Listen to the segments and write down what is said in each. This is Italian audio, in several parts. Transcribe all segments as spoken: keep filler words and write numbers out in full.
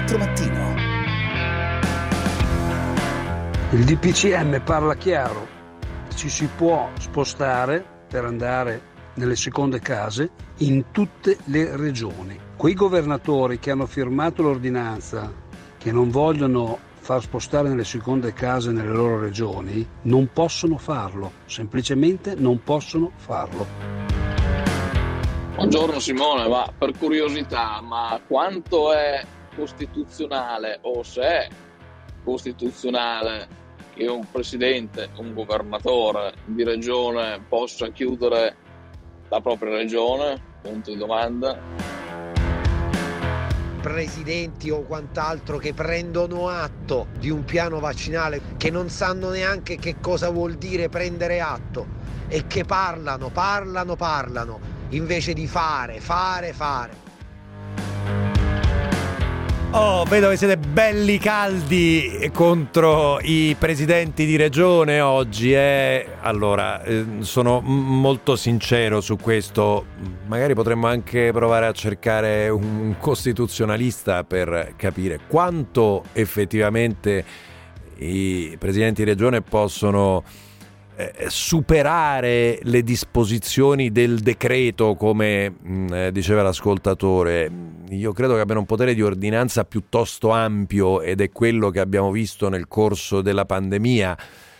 ventiquattro Mattino. Il D P C M parla chiaro, ci si può spostare per andare nelle seconde case in tutte le regioni. Quei governatori che hanno firmato l'ordinanza, che non vogliono far spostare nelle seconde case nelle loro regioni, non possono farlo, semplicemente non possono farlo. Buongiorno Simone, ma per curiosità, ma quanto è costituzionale o se è costituzionale che un presidente, un governatore di regione possa chiudere la propria regione? Punto di domanda. Presidenti o quant'altro che prendono atto di un piano vaccinale, che non sanno neanche che cosa vuol dire prendere atto e che parlano, parlano, parlano invece di fare, fare, fare. Oh, vedo che siete belli caldi contro i presidenti di regione oggi, eh. Allora, eh, sono m- molto sincero su questo. Magari potremmo anche provare a cercare un costituzionalista per capire quanto effettivamente i presidenti di regione possono eh, superare le disposizioni del decreto, come mh, diceva l'ascoltatore. Io credo che abbiano un potere di ordinanza piuttosto ampio ed è quello che abbiamo visto nel corso della pandemia.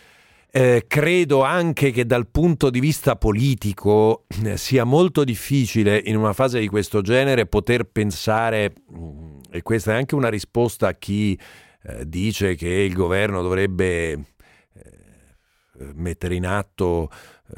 Eh, credo anche che dal punto di vista politico eh, sia molto difficile in una fase di questo genere poter pensare, e questa è anche una risposta a chi eh, dice che il governo dovrebbe eh, mettere in atto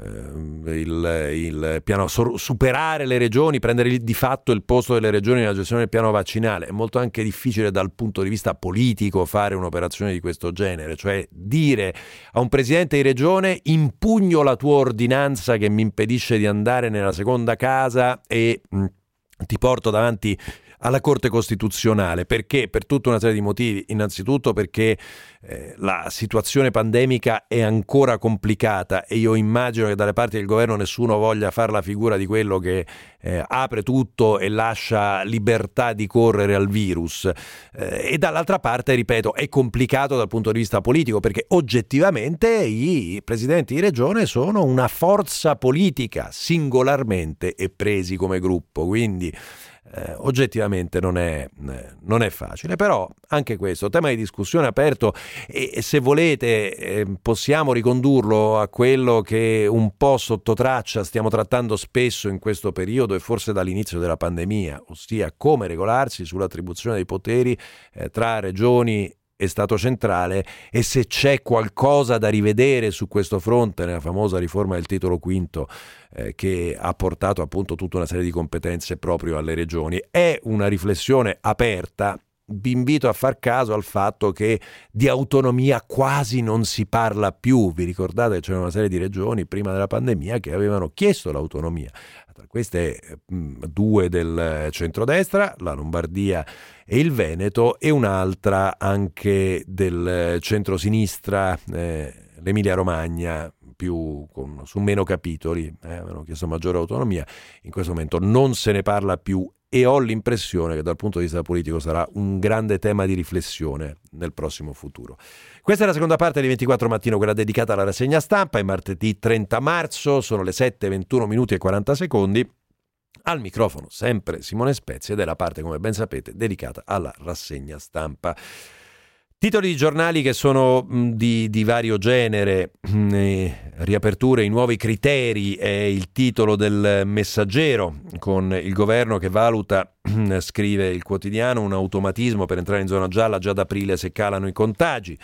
eh, il, il piano, superare le regioni, prendere di fatto il posto delle regioni nella gestione del piano vaccinale. È molto anche difficile dal punto di vista politico fare un'operazione di questo genere, cioè dire a un presidente di regione: impugno la tua ordinanza che mi impedisce di andare nella seconda casa e mh, ti porto davanti alla Corte Costituzionale. Perché? Per tutta una serie di motivi. Innanzitutto perché eh, la situazione pandemica è ancora complicata e io immagino che dalle parti del governo nessuno voglia fare la figura di quello che eh, apre tutto e lascia libertà di correre al virus. Eh, e dall'altra parte, ripeto, è complicato dal punto di vista politico, perché oggettivamente i presidenti di regione sono una forza politica singolarmente e presi come gruppo, quindi Eh, oggettivamente non è, eh, non è facile. Però anche questo tema di discussione aperto, e, e se volete eh, possiamo ricondurlo a quello che un po' sotto traccia stiamo trattando spesso in questo periodo e forse dall'inizio della pandemia, ossia come regolarsi sull'attribuzione dei poteri eh, tra regioni e Stato centrale, e se c'è qualcosa da rivedere su questo fronte nella famosa riforma del titolo quinto eh, che ha portato appunto tutta una serie di competenze proprio alle regioni. È una riflessione aperta. Vi invito a far caso al fatto che di autonomia quasi non si parla più. Vi ricordate che c'era una serie di regioni prima della pandemia che avevano chiesto l'autonomia? Tra queste mh, due del centrodestra, la Lombardia e il Veneto, e un'altra anche del centrosinistra, eh, l'Emilia Romagna, più con, su meno capitoli, eh, avevano chiesto maggiore autonomia. In questo momento non se ne parla più e ho l'impressione che dal punto di vista politico sarà un grande tema di riflessione nel prossimo futuro. Questa è la seconda parte di ventiquattro Mattino, quella dedicata alla rassegna stampa. È martedì trenta marzo, sono le sette e ventuno minuti e quaranta secondi. Al microfono sempre Simone Spezia ed è la parte, come ben sapete, dedicata alla rassegna stampa. Titoli di giornali che sono mh, di, di vario genere. Eh, riaperture, i nuovi criteri è il titolo del Messaggero, con il governo che valuta, scrive il quotidiano, un automatismo per entrare in zona gialla già ad aprile se calano i contagi.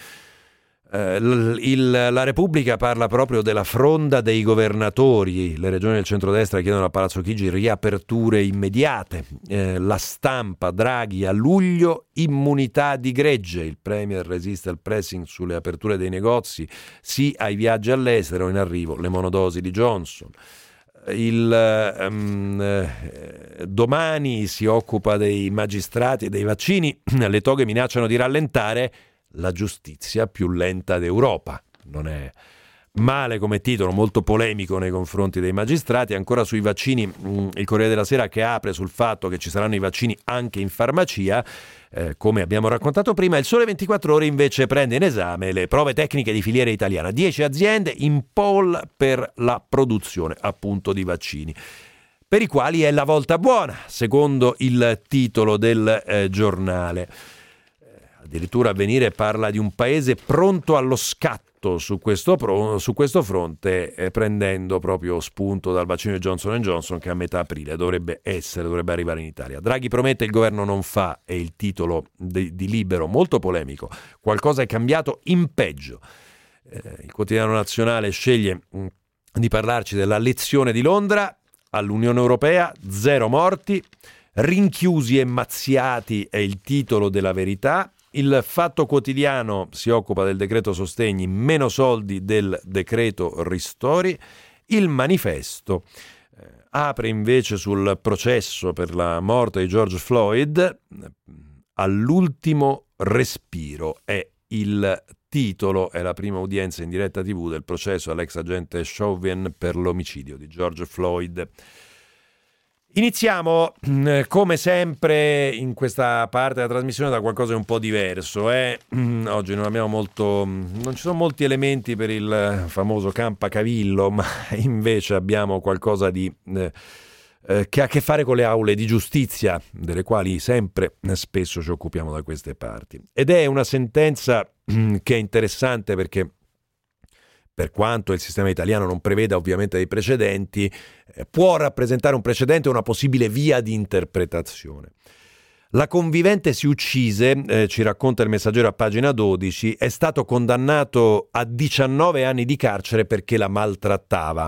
Eh, il, il, la Repubblica parla proprio della fronda dei governatori. Le regioni del centrodestra chiedono a Palazzo Chigi riaperture immediate. Eh, la Stampa: Draghi a luglio, immunità di gregge. Il Premier resiste al pressing sulle aperture dei negozi, sì ai viaggi all'estero, in arrivo le monodosi di Johnson. Il um, eh, Domani si occupa dei magistrati e dei vaccini. Le toghe minacciano di rallentare la giustizia più lenta d'Europa. Non è male come titolo, molto polemico nei confronti dei magistrati. Ancora sui vaccini, mh, il Corriere della Sera che apre sul fatto che ci saranno i vaccini anche in farmacia, eh, come abbiamo raccontato prima. Il Sole ventiquattro Ore invece prende in esame le prove tecniche di filiera italiana, dieci aziende in pole per la produzione appunto di vaccini, per i quali è la volta buona, secondo il titolo del eh, giornale. Eh, addirittura Avvenire parla di un paese pronto allo scatto su questo, pro, su questo fronte, eh, prendendo proprio spunto dal vaccino di Johnson and Johnson, che a metà aprile dovrebbe essere, dovrebbe arrivare in Italia. Draghi promette, il governo non fa, è il titolo di, di Libero, molto polemico. Qualcosa è cambiato in peggio. Eh, il quotidiano nazionale sceglie mh, di parlarci della lezione di Londra. All'Unione Europea, zero morti, rinchiusi e mazziati è il titolo della Verità. Il Fatto Quotidiano si occupa del decreto sostegni, meno soldi del decreto ristori. Il Manifesto eh, apre invece sul processo per la morte di George Floyd. All'ultimo respiro è il titolo, è la prima udienza in diretta tivù del processo all'ex agente Chauvin per l'omicidio di George Floyd. Iniziamo, come sempre, in questa parte della trasmissione da qualcosa di un po' diverso. Eh? Oggi non abbiamo molto, non ci sono molti elementi per il famoso Campacavillo, ma invece abbiamo qualcosa di eh, eh, che ha a che fare con le aule di giustizia, delle quali sempre spesso ci occupiamo da queste parti. Ed è una sentenza che è interessante perché, per quanto il sistema italiano non preveda ovviamente dei precedenti, eh, può rappresentare un precedente o una possibile via di interpretazione. La convivente si uccise, eh, ci racconta il Messaggero a pagina dodici, è stato condannato a diciannove anni di carcere perché la maltrattava.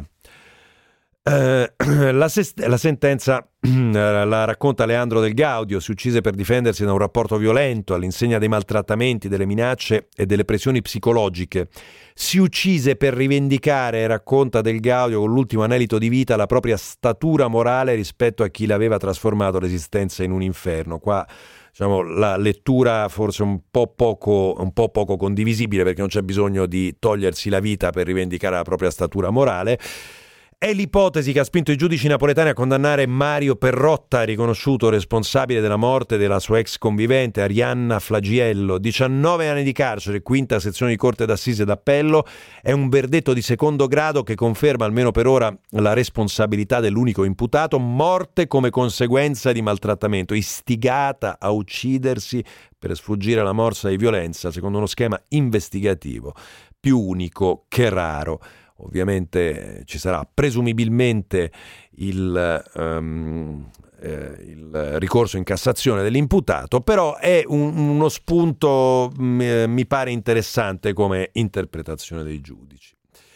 Uh, la, sest- la sentenza uh, la racconta Leandro Del Gaudio, si uccise per difendersi da un rapporto violento all'insegna dei maltrattamenti, delle minacce e delle pressioni psicologiche. Si uccise per rivendicare, racconta Del Gaudio con l'ultimo anelito di vita, la propria statura morale rispetto a chi l'aveva trasformato l'esistenza in un inferno. Qua, diciamo, la lettura forse un po' poco, un po' poco condivisibile, perché non c'è bisogno di togliersi la vita per rivendicare la propria statura morale. È l'ipotesi che ha spinto i giudici napoletani a condannare Mario Perrotta, riconosciuto responsabile della morte della sua ex convivente Arianna Flagiello. diciannove anni di carcere, quinta sezione di corte d'assise d'appello. È un verdetto di secondo grado che conferma almeno per ora la responsabilità dell'unico imputato, morte come conseguenza di maltrattamento, istigata a uccidersi per sfuggire alla morsa di violenza, secondo uno schema investigativo più unico che raro. Ovviamente ci sarà presumibilmente il, um, eh, il ricorso in Cassazione dell'imputato, però è un, uno spunto mh, mi pare interessante come interpretazione dei giudici.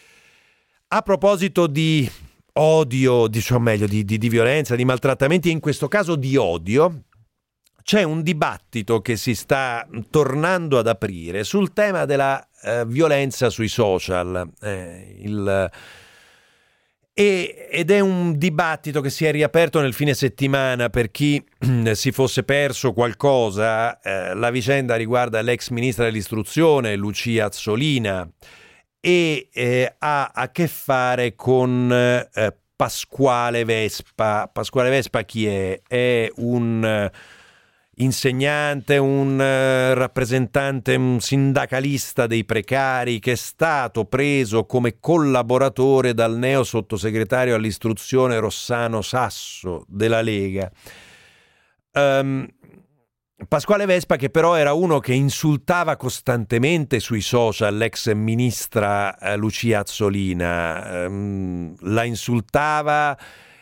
A proposito di odio, diciamo meglio, di, di, di violenza, di maltrattamenti, e in questo caso di odio, c'è un dibattito che si sta tornando ad aprire sul tema della eh, violenza sui social. Eh, il, e, ed è un dibattito che si è riaperto nel fine settimana. Per chi si fosse perso qualcosa, eh, la vicenda riguarda l'ex ministra dell'istruzione Lucia Azzolina e eh, ha a che fare con eh, Pasquale Vespa. Pasquale Vespa chi è? È un insegnante, un uh, rappresentante, un sindacalista dei precari che è stato preso come collaboratore dal neo sottosegretario all'istruzione Rossano Sasso della Lega. Um, Pasquale Vespa, che però era uno che insultava costantemente sui social l'ex ministra uh, Lucia Azzolina, um, la insultava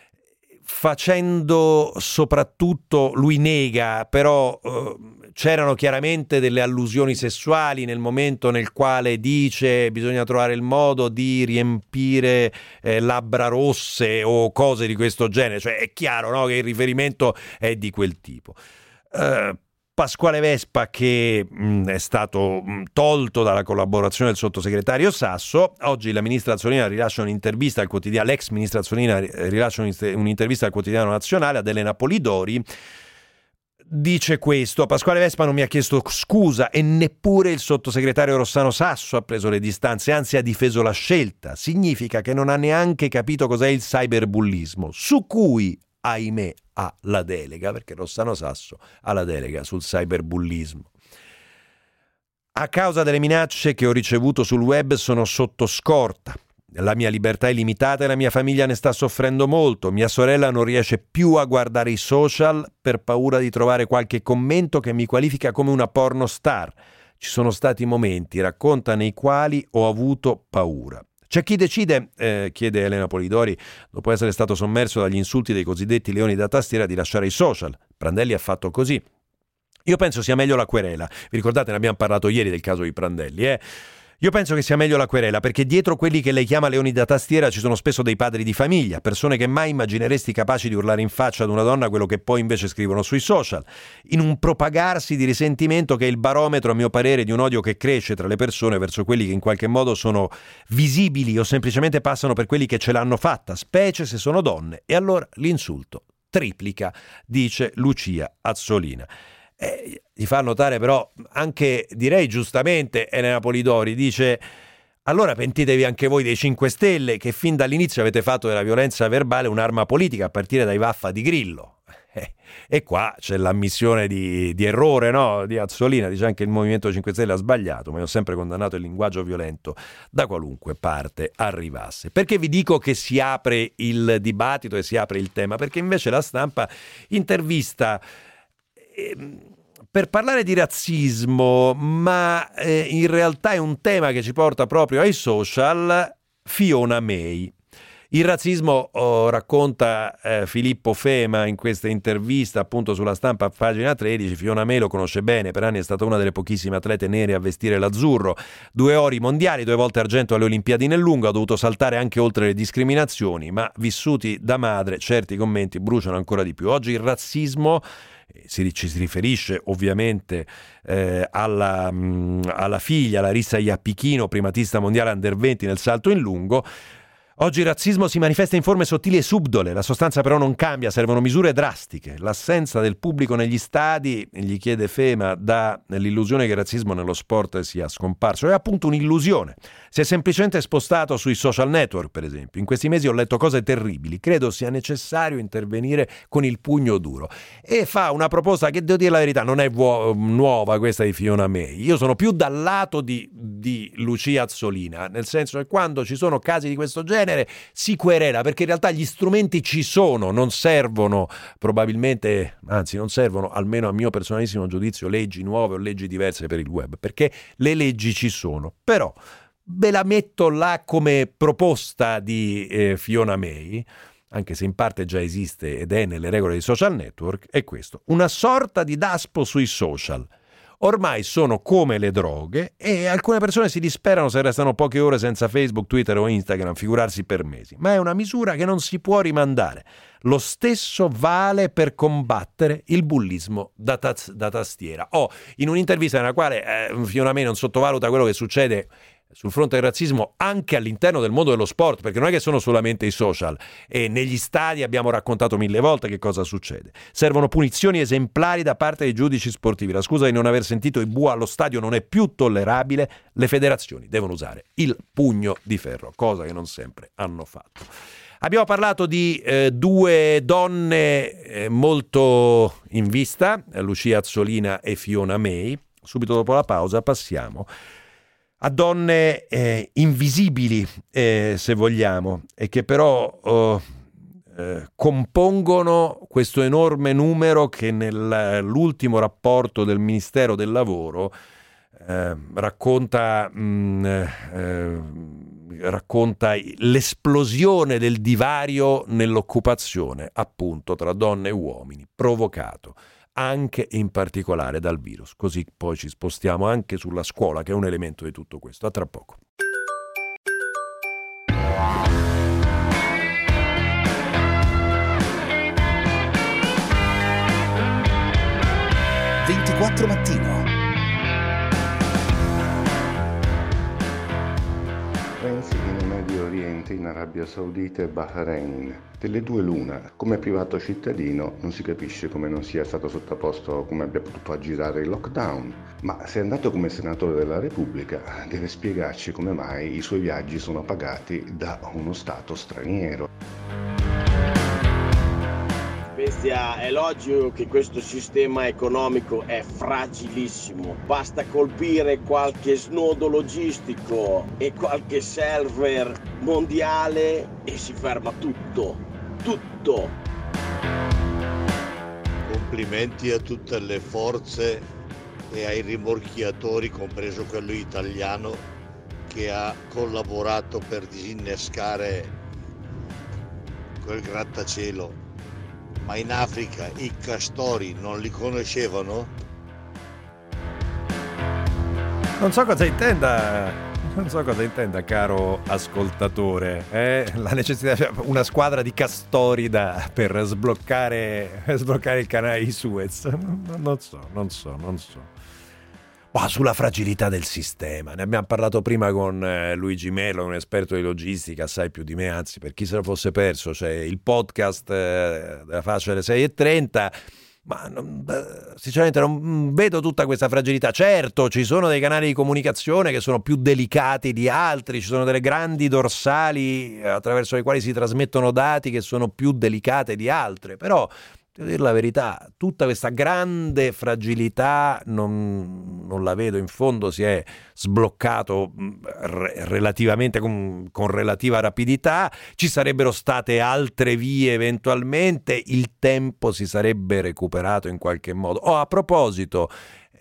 facendo soprattutto, lui nega, però eh, c'erano chiaramente delle allusioni sessuali nel momento nel quale dice bisogna trovare il modo di riempire eh, labbra rosse o cose di questo genere, cioè è chiaro, no, che il riferimento è di quel tipo. Eh, Pasquale Vespa, che mh, è stato mh, tolto dalla collaborazione del sottosegretario Sasso. Oggi la ministra Azzolina rilascia un'intervista al quotidiano, l'ex ministra Azzolina rilascia un'intervista al quotidiano nazionale ad Elena Polidori, dice questo: Pasquale Vespa non mi ha chiesto scusa e neppure il sottosegretario Rossano Sasso ha preso le distanze, anzi ha difeso la scelta. Significa che non ha neanche capito cos'è il cyberbullismo, su cui, ahimè, ha la delega, perché Rossano Sasso ha la delega sul cyberbullismo. A causa delle minacce che ho ricevuto sul web sono sotto scorta. La mia libertà è limitata e la mia famiglia ne sta soffrendo molto. Mia sorella non riesce più a guardare i social per paura di trovare qualche commento che mi qualifica come una pornostar. Ci sono stati momenti, racconta, nei quali ho avuto paura. C'è chi decide, eh, chiede Elena Polidori, dopo essere stato sommerso dagli insulti dei cosiddetti leoni da tastiera, di lasciare i social. Prandelli ha fatto così. Io penso sia meglio la querela. Vi ricordate, ne abbiamo parlato ieri del caso di Prandelli, eh? Io penso che sia meglio la querela, perché dietro quelli che lei chiama leoni da tastiera ci sono spesso dei padri di famiglia, persone che mai immagineresti capaci di urlare in faccia ad una donna quello che poi invece scrivono sui social, in un propagarsi di risentimento che è il barometro, a mio parere, di un odio che cresce tra le persone verso quelli che in qualche modo sono visibili o semplicemente passano per quelli che ce l'hanno fatta, specie se sono donne, e allora l'insulto triplica, dice Lucia Azzolina. Eh, gli fa notare però anche, direi giustamente, Elena Polidori, dice: allora pentitevi anche voi dei cinque Stelle che fin dall'inizio avete fatto della violenza verbale un'arma politica a partire dai Vaffa di Grillo. Eh, e qua c'è l'ammissione di, di errore, no? Di Azzolina, dice anche il Movimento cinque Stelle ha sbagliato, ma io ho sempre condannato il linguaggio violento da qualunque parte arrivasse. Perché vi dico che si apre il dibattito e si apre il tema? Perché invece la Stampa intervista per parlare di razzismo, ma eh, in realtà è un tema che ci porta proprio ai social, Fiona May. Il razzismo, oh, racconta eh, Filippo Fema in questa intervista appunto sulla Stampa a pagina tredici. Fiona May lo conosce bene, per anni è stata una delle pochissime atlete nere a vestire l'azzurro, due ori mondiali, due volte argento alle Olimpiadi nel lungo, ha dovuto saltare anche oltre le discriminazioni, ma vissuti da madre certi commenti bruciano ancora di più. Oggi il razzismo Si, ci si riferisce ovviamente eh, alla, mh, alla figlia Larissa Iappichino, primatista mondiale under venti nel salto in lungo. Oggi il razzismo si manifesta in forme sottili e subdole, la sostanza però non cambia, servono misure drastiche. L'assenza del pubblico negli stadi, gli chiede Fema, dà l'illusione che il razzismo nello sport sia scomparso. È appunto un'illusione. Si è semplicemente spostato sui social network, per esempio. In questi mesi ho letto cose terribili, credo sia necessario intervenire con il pugno duro. E fa una proposta che, devo dire la verità, non è vuo- nuova questa di Fiona May. Io sono più dal lato di, di Lucia Azzolina, nel senso che quando ci sono casi di questo genere si querela, perché in realtà gli strumenti ci sono, non servono probabilmente, anzi non servono, almeno a mio personalissimo giudizio, leggi nuove o leggi diverse per il web, perché le leggi ci sono. Però ve la metto là come proposta di eh, Fiona May, anche se in parte già esiste ed è nelle regole dei social network, è questo: una sorta di daspo sui social. Ormai sono come le droghe e alcune persone si disperano se restano poche ore senza Facebook, Twitter o Instagram, figurarsi per mesi. Ma è una misura che non si può rimandare. Lo stesso vale per combattere il bullismo da, taz- da tastiera. Oh, in un'intervista nella quale eh, Fiona May non sottovaluta quello che succede sul fronte del razzismo anche all'interno del mondo dello sport, perché non è che sono solamente i social, e negli stadi abbiamo raccontato mille volte che cosa succede. Servono punizioni esemplari da parte dei giudici sportivi. La scusa di non aver sentito i bua allo stadio non è più tollerabile. Le federazioni devono usare il pugno di ferro, cosa che non sempre hanno fatto. Abbiamo parlato di eh, due donne eh, molto in vista, Lucia Azzolina e Fiona May. Subito dopo la pausa passiamo a donne eh, invisibili, eh, se vogliamo, e che però oh, eh, compongono questo enorme numero che nell'ultimo rapporto del Ministero del Lavoro eh, racconta, mh, eh, racconta l'esplosione del divario nell'occupazione, appunto, tra donne e uomini, provocato anche e in particolare dal virus. Così poi ci spostiamo anche sulla scuola, che è un elemento di tutto questo. A tra poco. ventiquattro mattino. Pensi che non è di origine Oriente, in Arabia Saudita e Bahrain. Delle due l'una, come privato cittadino non si capisce come non sia stato sottoposto, come abbia potuto aggirare il lockdown, ma se è andato come senatore della Repubblica deve spiegarci come mai i suoi viaggi sono pagati da uno Stato straniero. Bestia, è logico che questo sistema economico è fragilissimo. Basta colpire qualche snodo logistico e qualche server mondiale e si ferma tutto. Tutto. Complimenti a tutte le forze e ai rimorchiatori, compreso quello italiano, che ha collaborato per disinnescare quel grattacielo. Ma in Africa i castori non li conoscevano? Non so cosa intenda, non so cosa intenda, caro ascoltatore. Eh? La necessità, cioè, una squadra di castori da, per sbloccare, sbloccare il canale di Suez. Non, non so, non so, non so. Oh, sulla fragilità del sistema, ne abbiamo parlato prima con eh, Luigi Melo, un esperto di logistica, assai più di me, anzi per chi se lo fosse perso c'è il podcast eh, della fascia delle sei e trenta, ma non, eh, sinceramente non vedo tutta questa fragilità. Certo, ci sono dei canali di comunicazione che sono più delicati di altri, ci sono delle grandi dorsali attraverso le quali si trasmettono dati che sono più delicate di altre, però devo dire la verità, tutta questa grande fragilità non, non la vedo. In fondo si è sbloccato re, relativamente con, con relativa rapidità, ci sarebbero state altre vie eventualmente, il tempo si sarebbe recuperato in qualche modo. Oh, a proposito,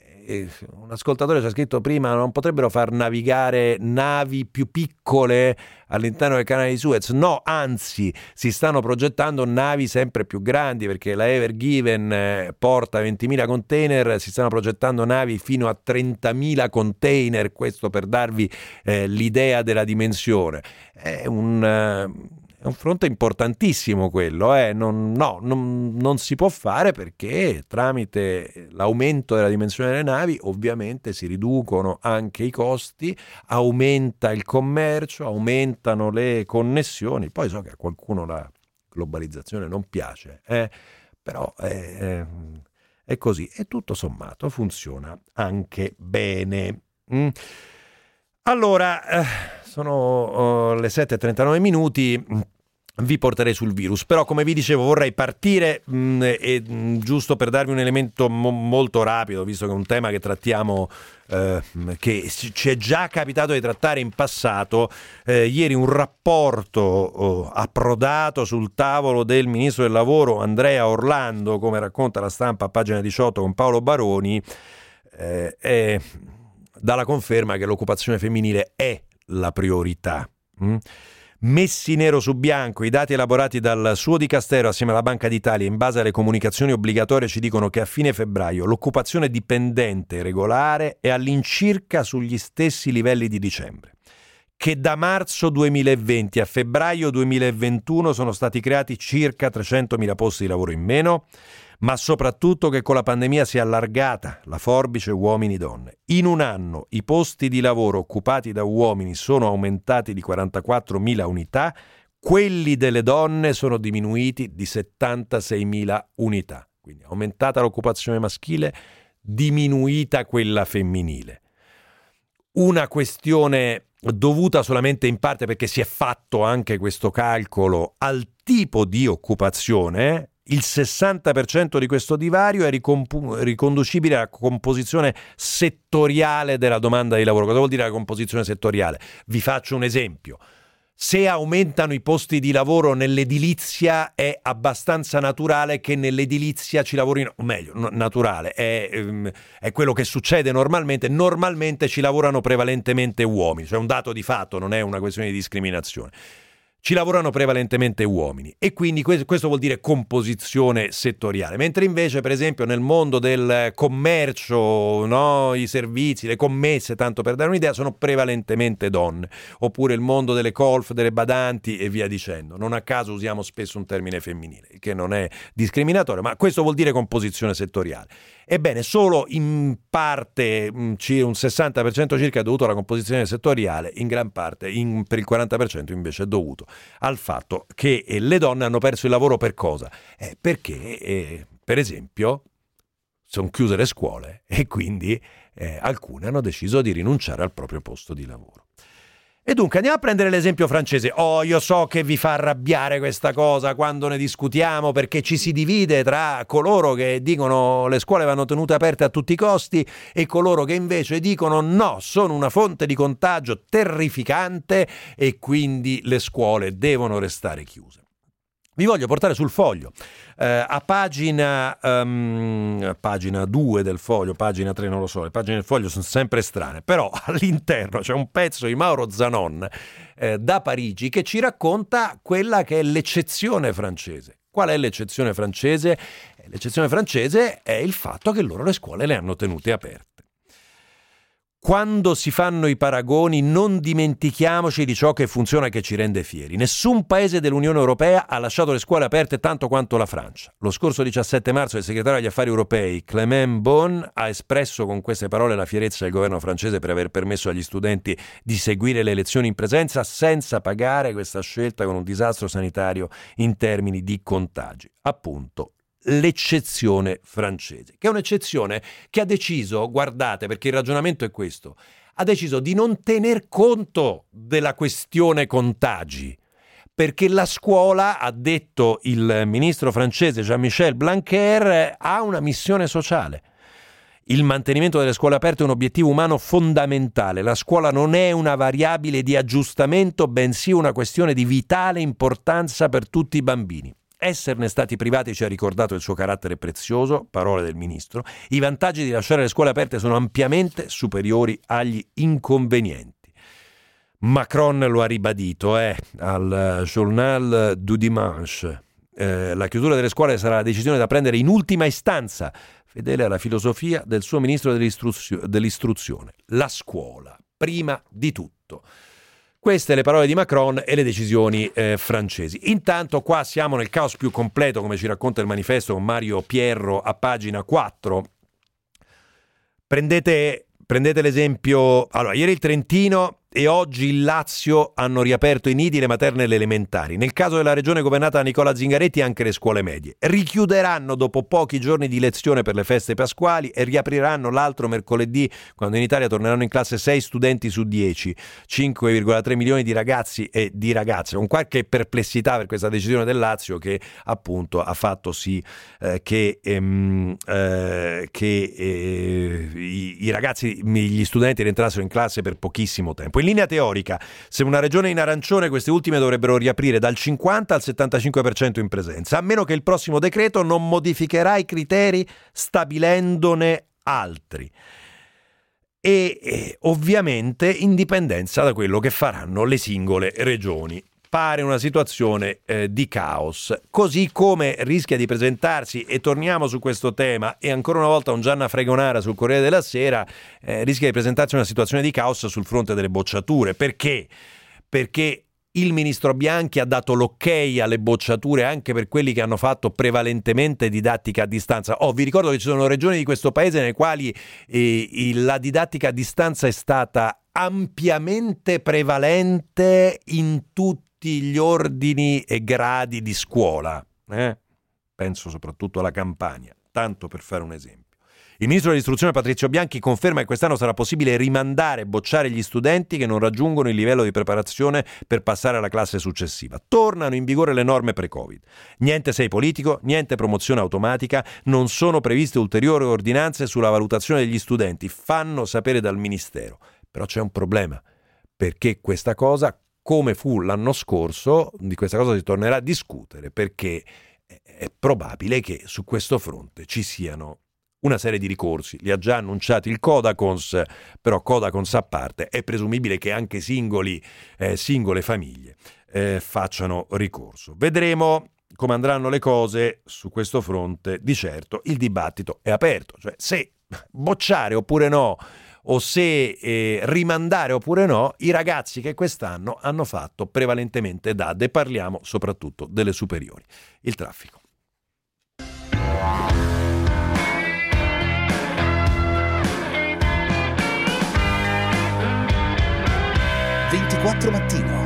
un ascoltatore ci ha scritto prima, non potrebbero far navigare navi più piccole all'interno del canale di Suez? No, anzi, si stanno progettando navi sempre più grandi, perché la Ever Given porta ventimila container, si stanno progettando navi fino a trentamila container, questo per darvi eh, l'idea della dimensione. È un... Uh, È un fronte importantissimo quello, eh? non, no, non, non si può fare, perché tramite l'aumento della dimensione delle navi ovviamente si riducono anche i costi, aumenta il commercio, aumentano le connessioni. Poi so che a qualcuno la globalizzazione non piace, eh? Però è, è così, e tutto sommato funziona anche bene. Mm. Allora, eh, sono uh, le sette e trentanove minuti, vi porterei sul virus, però come vi dicevo vorrei partire mh, e mh, giusto per darvi un elemento mo- molto rapido, visto che è un tema che trattiamo, eh, che ci è già capitato di trattare in passato. Eh, ieri un rapporto oh, approdato sul tavolo del ministro del lavoro Andrea Orlando, come racconta La Stampa a pagina diciotto con Paolo Baroni, eh, è... dà la conferma che l'occupazione femminile è la priorità. Mm? Messi nero su bianco, i dati elaborati dal suo dicastero assieme alla Banca d'Italia in base alle comunicazioni obbligatorie ci dicono che a fine febbraio l'occupazione dipendente regolare è all'incirca sugli stessi livelli di dicembre, che da marzo duemilaventi a febbraio duemilaventuno sono stati creati circa trecentomila posti di lavoro in meno, ma soprattutto che con la pandemia si è allargata la forbice uomini-donne. In un anno i posti di lavoro occupati da uomini sono aumentati di quarantaquattromila unità, quelli delle donne sono diminuiti di settantaseimila unità. Quindi aumentata l'occupazione maschile, diminuita quella femminile. Una questione dovuta solamente in parte, perché si è fatto anche questo calcolo, al tipo di occupazione. Il sessanta per cento di questo divario è ricomp- riconducibile alla composizione settoriale della domanda di lavoro. Cosa vuol dire la composizione settoriale? Vi faccio un esempio. Se aumentano i posti di lavoro nell'edilizia, è abbastanza naturale che nell'edilizia ci lavorino, o meglio, naturale, è, è quello che succede normalmente. Normalmente ci lavorano prevalentemente uomini, cioè un dato di fatto, non è una questione di discriminazione. ci lavorano prevalentemente uomini e quindi questo vuol dire composizione settoriale, mentre invece per esempio nel mondo del commercio, no, i servizi, le commesse, tanto per dare un'idea, sono prevalentemente donne, oppure il mondo delle colf, delle badanti e via dicendo. Non a caso usiamo spesso un termine femminile, che non è discriminatorio, ma questo vuol dire composizione settoriale. Ebbene, solo in parte, un sessanta per cento circa è dovuto alla composizione settoriale, in gran parte, in, per il quaranta per cento invece è dovuto al fatto che eh, le donne hanno perso il lavoro per cosa? Eh, perché, eh, per esempio, sono chiuse le scuole e quindi eh, alcune hanno deciso di rinunciare al proprio posto di lavoro. E dunque andiamo a prendere l'esempio francese. Oh, io so che vi fa arrabbiare questa cosa quando ne discutiamo, perché ci si divide tra coloro che dicono le scuole vanno tenute aperte a tutti i costi e coloro che invece dicono no, sono una fonte di contagio terrificante e quindi le scuole devono restare chiuse. Vi voglio portare sul Foglio, eh, a pagina um, pagina due del Foglio, pagina tre, non lo so, le pagine del Foglio sono sempre strane, però all'interno c'è un pezzo di Mauro Zanon eh, da Parigi che ci racconta quella che è l'eccezione francese. Qual è l'eccezione francese? L'eccezione francese è il fatto che loro le scuole le hanno tenute aperte. Quando si fanno i paragoni non dimentichiamoci di ciò che funziona e che ci rende fieri. Nessun paese dell'Unione Europea ha lasciato le scuole aperte tanto quanto la Francia. Lo scorso diciassette marzo il segretario agli affari europei Clément Beaune ha espresso con queste parole la fierezza del governo francese per aver permesso agli studenti di seguire le lezioni in presenza senza pagare questa scelta con un disastro sanitario in termini di contagi. Appunto, l'eccezione francese, che è un'eccezione che ha deciso, guardate, perché il ragionamento è questo, ha deciso di non tener conto della questione contagi, perché la scuola, ha detto il ministro francese Jean-Michel Blanquer, ha una missione sociale. Il mantenimento delle scuole aperte è un obiettivo umano fondamentale. La scuola non è una variabile di aggiustamento, bensì una questione di vitale importanza per tutti i bambini. Esserne stati privati ci ha ricordato il suo carattere prezioso, parole del ministro. I vantaggi di lasciare le scuole aperte sono ampiamente superiori agli inconvenienti. Macron lo ha ribadito eh, al Journal du Dimanche. Eh, la chiusura delle scuole sarà la decisione da prendere in ultima istanza, fedele alla filosofia del suo ministro dell'istru- dell'istruzione. La scuola, prima di tutto. Queste le parole di Macron e le decisioni eh, francesi. Intanto qua siamo nel caos più completo, come ci racconta il manifesto con Mario Pierro a pagina quattro. Prendete, prendete l'esempio... Allora, ieri il Trentino e oggi il Lazio hanno riaperto i nidi, le materne e le elementari. Nel caso della regione governata da Nicola Zingaretti anche le scuole medie. Richiuderanno dopo pochi giorni di lezione per le feste pasquali e riapriranno l'altro mercoledì, quando in Italia torneranno in classe sei studenti su dieci, cinque virgola tre milioni di ragazzi e di ragazze, con qualche perplessità per questa decisione del Lazio che appunto ha fatto sì eh, che, ehm, eh, che eh, i, i ragazzi, gli studenti rientrassero in classe per pochissimo tempo. In linea teorica, se una regione è in arancione, queste ultime dovrebbero riaprire dal cinquanta al settantacinque per cento in presenza, a meno che il prossimo decreto non modificherà i criteri stabilendone altri. E, e ovviamente in dipendenza da quello che faranno le singole regioni. Pare una situazione eh, di caos, così come rischia di presentarsi, e torniamo su questo tema, e ancora una volta un Gianna Fregonara sul Corriere della Sera, eh, rischia di presentarsi una situazione di caos sul fronte delle bocciature. Perché? Perché il ministro Bianchi ha dato l'ok alle bocciature anche per quelli che hanno fatto prevalentemente didattica a distanza. Oh, vi ricordo che ci sono regioni di questo paese nelle quali eh, la didattica a distanza è stata ampiamente prevalente in tutti gli ordini e gradi di scuola, eh? Penso soprattutto alla Campania, tanto per fare un esempio. Il ministro dell'istruzione Patrizio Bianchi conferma che quest'anno sarà possibile rimandare e bocciare gli studenti che non raggiungono il livello di preparazione per passare alla classe successiva. Tornano in vigore le norme pre-Covid. Niente sei politico, niente promozione automatica, non sono previste ulteriori ordinanze sulla valutazione degli studenti, fanno sapere dal Ministero. Però c'è un problema, perché questa cosa, come fu l'anno scorso, di questa cosa si tornerà a discutere, perché è probabile che su questo fronte ci siano una serie di ricorsi. Li ha già annunciati il Codacons, però Codacons a parte, è presumibile che anche singoli, eh, singole famiglie eh, facciano ricorso. Vedremo come andranno le cose su questo fronte. Di certo il dibattito è aperto, cioè se bocciare oppure no, o se eh, rimandare oppure no, i ragazzi che quest'anno hanno fatto prevalentemente D A D, e parliamo soprattutto delle superiori. Il traffico. ventiquattro mattino.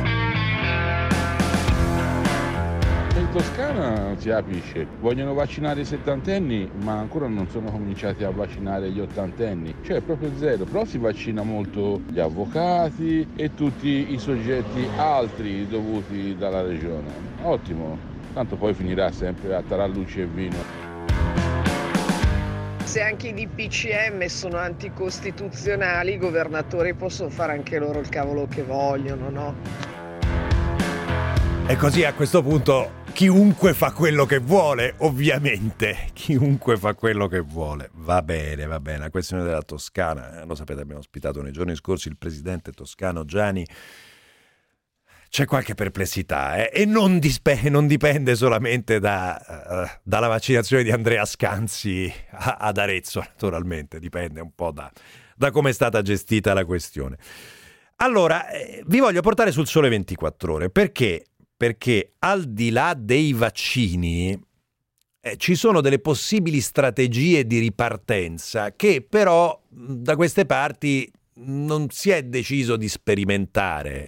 In Toscana non si capisce, vogliono vaccinare i settantenni ma ancora non sono cominciati a vaccinare gli ottantenni, cioè proprio zero, però si vaccina molto gli avvocati e tutti i soggetti altri dovuti dalla regione. Ottimo, tanto poi finirà sempre a tarallucci e vino. Se anche i D P C M sono anticostituzionali, i governatori possono fare anche loro il cavolo che vogliono, no? E così a questo punto chiunque fa quello che vuole, ovviamente, chiunque fa quello che vuole. Va bene, va bene. La questione della Toscana, lo sapete, abbiamo ospitato nei giorni scorsi il presidente toscano Gianni. C'è qualche perplessità eh? e non, dispe- non dipende solamente da, uh, dalla vaccinazione di Andrea Scanzi a- ad Arezzo, naturalmente, dipende un po' da, da come è stata gestita la questione. Allora, eh, vi voglio portare sul Sole ventiquattro Ore, perché? Perché al di là dei vaccini eh, ci sono delle possibili strategie di ripartenza che però da queste parti non si è deciso di sperimentare.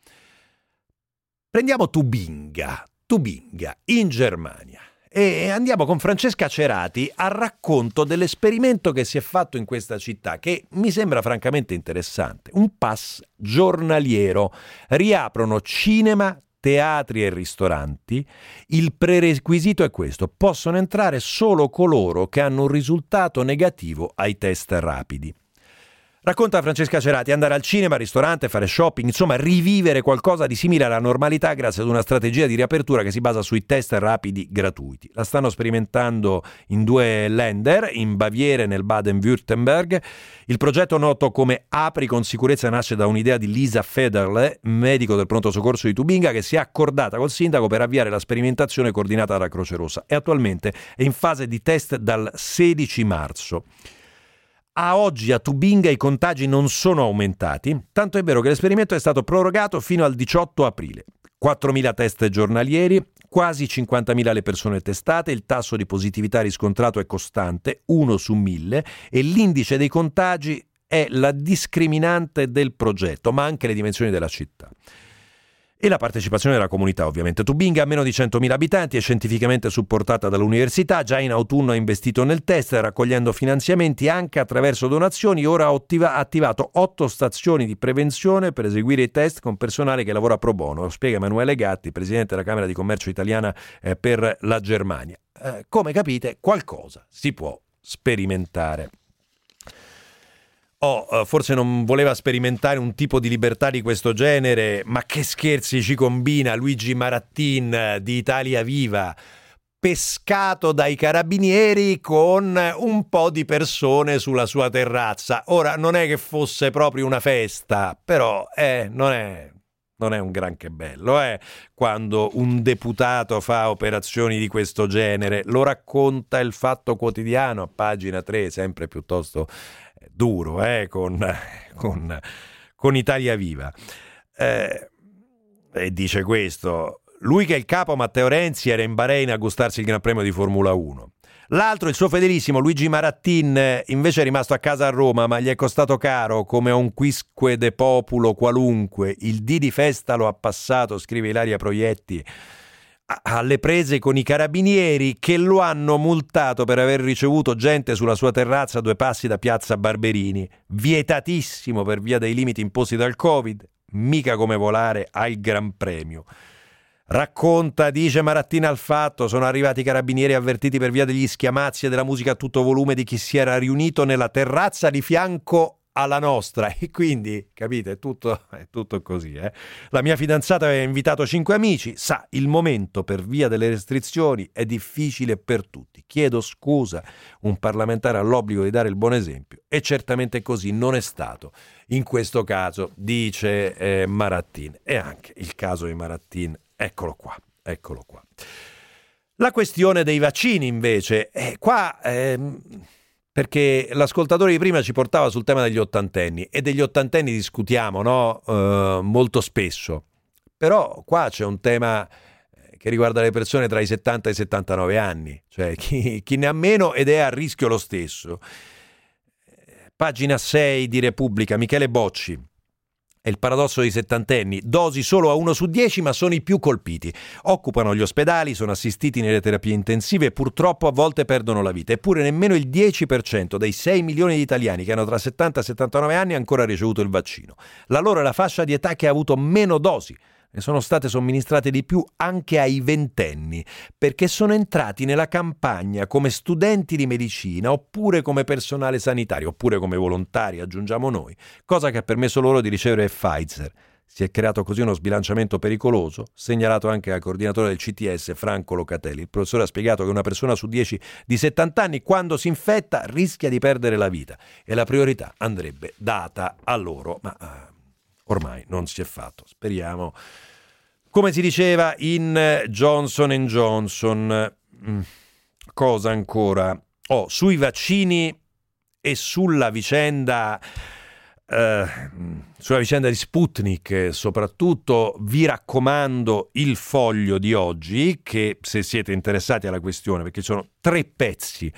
Prendiamo Tubinga, Tubinga in Germania e andiamo con Francesca Cerati al racconto dell'esperimento che si è fatto in questa città, che mi sembra francamente interessante. Un pass giornaliero, riaprono cinema, teatri e ristoranti. Il prerequisito è questo: possono entrare solo coloro che hanno un risultato negativo ai test rapidi. Racconta Francesca Cerati, andare al cinema, al ristorante, fare shopping, insomma rivivere qualcosa di simile alla normalità grazie ad una strategia di riapertura che si basa sui test rapidi gratuiti. La stanno sperimentando in due Länder, in Baviera e nel Baden-Württemberg. Il progetto, noto come Apri con sicurezza, nasce da un'idea di Lisa Federle, medico del pronto soccorso di Tubinga, che si è accordata col sindaco per avviare la sperimentazione coordinata dalla Croce Rossa e attualmente è in fase di test dal sedici marzo. A oggi a Tubinga i contagi non sono aumentati, tanto è vero che l'esperimento è stato prorogato fino al diciotto aprile. quattromila test giornalieri, quasi cinquantamila le persone testate, il tasso di positività riscontrato è costante, uno su mille, e l'indice dei contagi è la discriminante del progetto, ma anche le dimensioni della città. E la partecipazione della comunità, ovviamente. Tubinga ha meno di centomila abitanti, è scientificamente supportata dall'università, già in autunno ha investito nel test, raccogliendo finanziamenti anche attraverso donazioni. Ora ha attiva- attivato otto stazioni di prevenzione per eseguire i test con personale che lavora pro bono, lo spiega Emanuele Gatti, presidente della Camera di Commercio italiana eh, per la Germania. Eh, come capite, qualcosa si può sperimentare. Oh, uh, forse non voleva sperimentare un tipo di libertà di questo genere, ma che scherzi ci combina Luigi Marattin uh, di Italia Viva, pescato dai carabinieri con un po' di persone sulla sua terrazza. Ora, non è che fosse proprio una festa, però eh, non è... Non è un granché bello, eh? Quando un deputato fa operazioni di questo genere. Lo racconta il Fatto Quotidiano a pagina tre, sempre piuttosto duro, eh? con, con, con Italia Viva. Eh, e dice questo: lui che è il capo, Matteo Renzi, era in Bahrain a gustarsi il Gran Premio di Formula uno. L'altro, il suo fedelissimo Luigi Marattin, invece è rimasto a casa a Roma, ma gli è costato caro come a un quisque de populo qualunque. Il dì di festa lo ha passato, scrive Ilaria Proietti, alle prese con i carabinieri, che lo hanno multato per aver ricevuto gente sulla sua terrazza a due passi da Piazza Barberini. Vietatissimo per via dei limiti imposti dal Covid, mica come volare al Gran Premio. Racconta, dice Marattina al Fatto, sono arrivati i carabinieri avvertiti per via degli schiamazzi e della musica a tutto volume di chi si era riunito nella terrazza di fianco alla nostra, e quindi, capite, è tutto, è tutto così. Eh? La mia fidanzata aveva invitato cinque amici, sa, il momento per via delle restrizioni è difficile per tutti. Chiedo scusa, un parlamentare ha l'obbligo di dare il buon esempio, e certamente così non è stato in questo caso, dice eh, Marattin. E anche il caso di Marattin, eccolo qua, eccolo qua. La questione dei vaccini invece, è qua... Ehm, perché l'ascoltatore di prima ci portava sul tema degli ottantenni, e degli ottantenni discutiamo, no? uh, molto spesso, però qua c'è un tema che riguarda le persone tra i settanta e i settantanove anni, cioè chi, chi ne ha meno ed è a rischio lo stesso. Pagina sei di Repubblica, Michele Bocci. È il paradosso dei settantenni, dosi solo a uno su dieci, ma sono i più colpiti. Occupano gli ospedali, sono assistiti nelle terapie intensive e purtroppo a volte perdono la vita. Eppure nemmeno il dieci per cento dei sei milioni di italiani che hanno tra settanta e settantanove anni ha ancora ricevuto il vaccino. La loro è la fascia di età che ha avuto meno dosi. Ne sono state somministrate di più anche ai ventenni, perché sono entrati nella campagna come studenti di medicina, oppure come personale sanitario, oppure come volontari, aggiungiamo noi, cosa che ha permesso loro di ricevere Pfizer. Si è creato così uno sbilanciamento pericoloso, segnalato anche al coordinatore del C T S, Franco Locatelli. Il professore ha spiegato che una persona su dieci di settanta anni, quando si infetta, rischia di perdere la vita, e la priorità andrebbe data a loro, ma... Uh, ormai non si è fatto, speriamo. Come si diceva in Johnson and Johnson, cosa ancora? Oh, sui vaccini e sulla vicenda eh, sulla vicenda di Sputnik soprattutto, vi raccomando il Foglio di oggi, che se siete interessati alla questione, perché ci sono tre pezzi.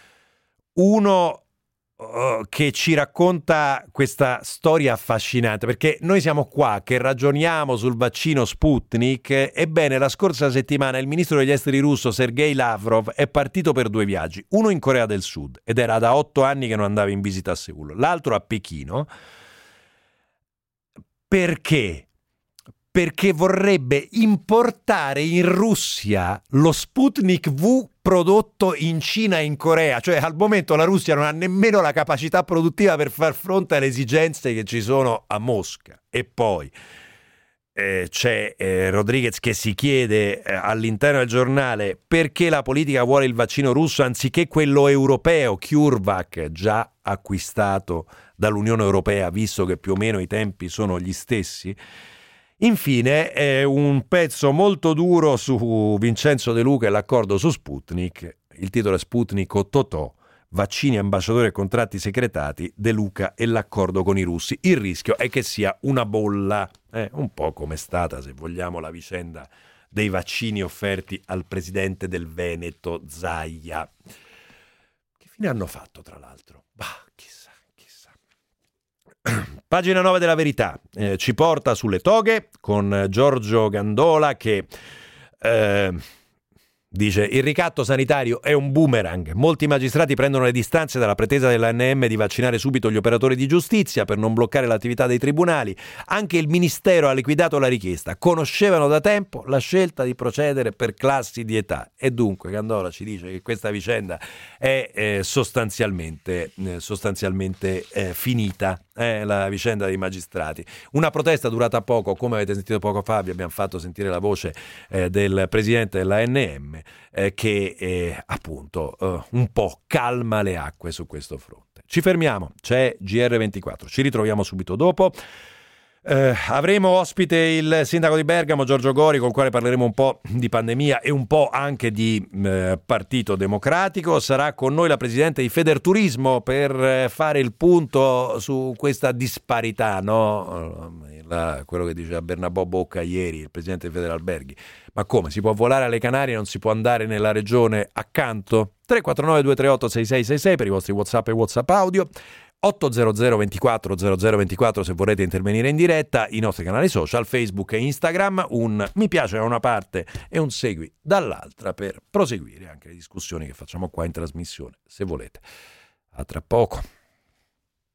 Uno che ci racconta questa storia affascinante, perché noi siamo qua che ragioniamo sul vaccino Sputnik. Ebbene, la scorsa settimana il ministro degli esteri russo Sergei Lavrov è partito per due viaggi, uno in Corea del Sud, ed era da otto anni che non andava in visita a Seul, l'altro a Pechino. Perché? Perché vorrebbe importare in Russia lo Sputnik V prodotto in Cina e in Corea. Cioè, al momento la Russia non ha nemmeno la capacità produttiva per far fronte alle esigenze che ci sono a Mosca. E poi eh, c'è eh, Rodriguez che si chiede eh, all'interno del giornale perché la politica vuole il vaccino russo anziché quello europeo, CureVac, già acquistato dall'Unione Europea, visto che più o meno i tempi sono gli stessi. Infine, è un pezzo molto duro su Vincenzo De Luca e l'accordo su Sputnik. Il titolo è Sputnik o Totò, vaccini, ambasciatori e contratti secretati, De Luca e l'accordo con i russi. Il rischio è che sia una bolla, eh, un po' come è stata, se vogliamo, la vicenda dei vaccini offerti al presidente del Veneto, Zaia. Che fine hanno fatto, tra l'altro? Bah, chissà. Pagina nove della Verità eh, ci porta sulle toghe con Giorgio Gandola che eh, dice: il ricatto sanitario è un boomerang. Molti magistrati prendono le distanze dalla pretesa dell'A N M di vaccinare subito gli operatori di giustizia per non bloccare l'attività dei tribunali. Anche il Ministero ha liquidato la richiesta. Conoscevano da tempo la scelta di procedere per classi di età. E dunque Gandola ci dice che questa vicenda è eh, sostanzialmente, eh, sostanzialmente eh, finita. Eh, la vicenda dei magistrati, una protesta durata poco, come avete sentito poco fa. Vi abbiamo fatto sentire la voce eh, del presidente dell'A N M eh, che eh, appunto eh, un po' calma le acque su questo fronte. Ci fermiamo, c'è G R ventiquattro, ci ritroviamo subito dopo. Eh, avremo ospite il sindaco di Bergamo, Giorgio Gori, col quale parleremo un po' di pandemia e un po' anche di eh, Partito Democratico. Sarà con noi la presidente di Federturismo per eh, fare il punto su questa disparità, no? La, quello che diceva Bernabò Bocca ieri, il presidente di Federalberghi. Ma come? Si può volare alle Canarie e non si può andare nella regione accanto? tre quattro nove due tre otto sei sei sei sei per i vostri WhatsApp e WhatsApp audio. otto zero zero ventiquattro zero zero ventiquattro se vorrete intervenire in diretta, i nostri canali social, Facebook e Instagram, un mi piace da una parte e un segui dall'altra per proseguire anche le discussioni che facciamo qua in trasmissione, se volete. A tra poco.